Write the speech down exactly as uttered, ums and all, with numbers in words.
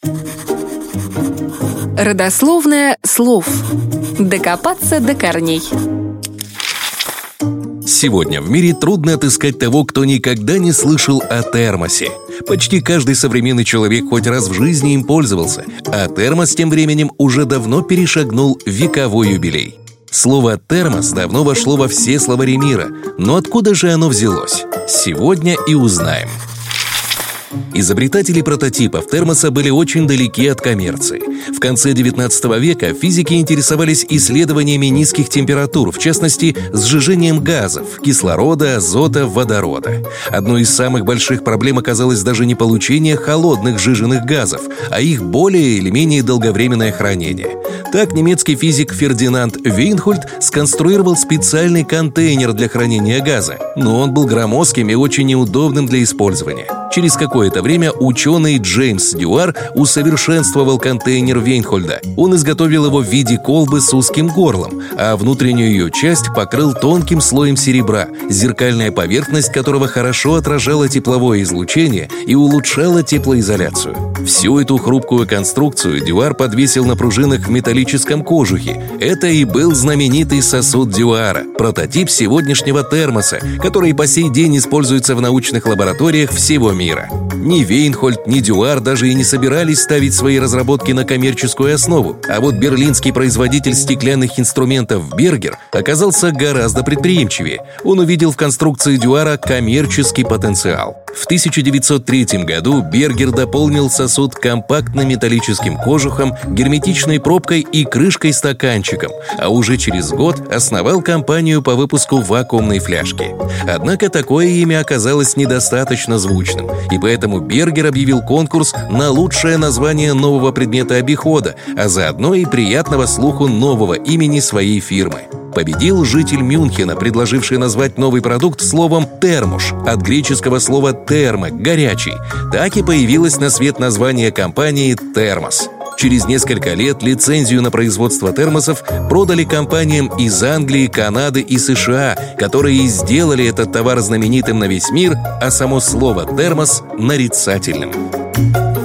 Родословная слов. Докопаться до корней. Сегодня в мире трудно отыскать того, кто никогда не слышал о термосе. Почти каждый современный человек хоть раз в жизни им пользовался, а термос тем временем уже давно перешагнул вековой юбилей. Слово «термос» давно вошло во все словари мира, но откуда же оно взялось? Сегодня и узнаем. Изобретатели прототипов термоса были очень далеки от коммерции. В конце девятнадцатого века физики интересовались исследованиями низких температур, в частности, сжижением газов – кислорода, азота, водорода. Одной из самых больших проблем оказалось даже не получение холодных сжиженных газов, а их более или менее долговременное хранение. Так немецкий физик Фердинанд Вейнхольд сконструировал специальный контейнер для хранения газа, но он был громоздким и очень неудобным для использования. Через какое-то время ученый Джеймс Дьюар усовершенствовал контейнер Вейнхольда. Он изготовил его в виде колбы с узким горлом, а внутреннюю ее часть покрыл тонким слоем серебра, зеркальная поверхность которого хорошо отражала тепловое излучение и улучшала теплоизоляцию. Всю эту хрупкую конструкцию Дьюар подвесил на пружинах в металлическом кожухе. Это и был знаменитый сосуд Дьюара, прототип сегодняшнего термоса, который по сей день используется в научных лабораториях всего мира. мира. Ни Вейнхольд, ни Дьюар даже и не собирались ставить свои разработки на коммерческую основу, а вот берлинский производитель стеклянных инструментов Бергер оказался гораздо предприимчивее. Он увидел в конструкции Дьюара коммерческий потенциал. В тысяча девятьсот третьем году Бергер дополнил сосуд компактным металлическим кожухом, герметичной пробкой и крышкой-стаканчиком, а уже через год основал компанию по выпуску вакуумной фляжки. Однако такое имя оказалось недостаточно звучным, и поэтому Бергер объявил конкурс на лучшее название нового предмета обихода, а заодно и приятного слуху нового имени своей фирмы. Победил житель Мюнхена, предложивший назвать новый продукт словом «термош» от греческого слова «термо» – «горячий». Так и появилось на свет название компании «Термос». Через несколько лет лицензию на производство термосов продали компаниям из Англии, Канады и США, которые и сделали этот товар знаменитым на весь мир, а само слово «термос» нарицательным.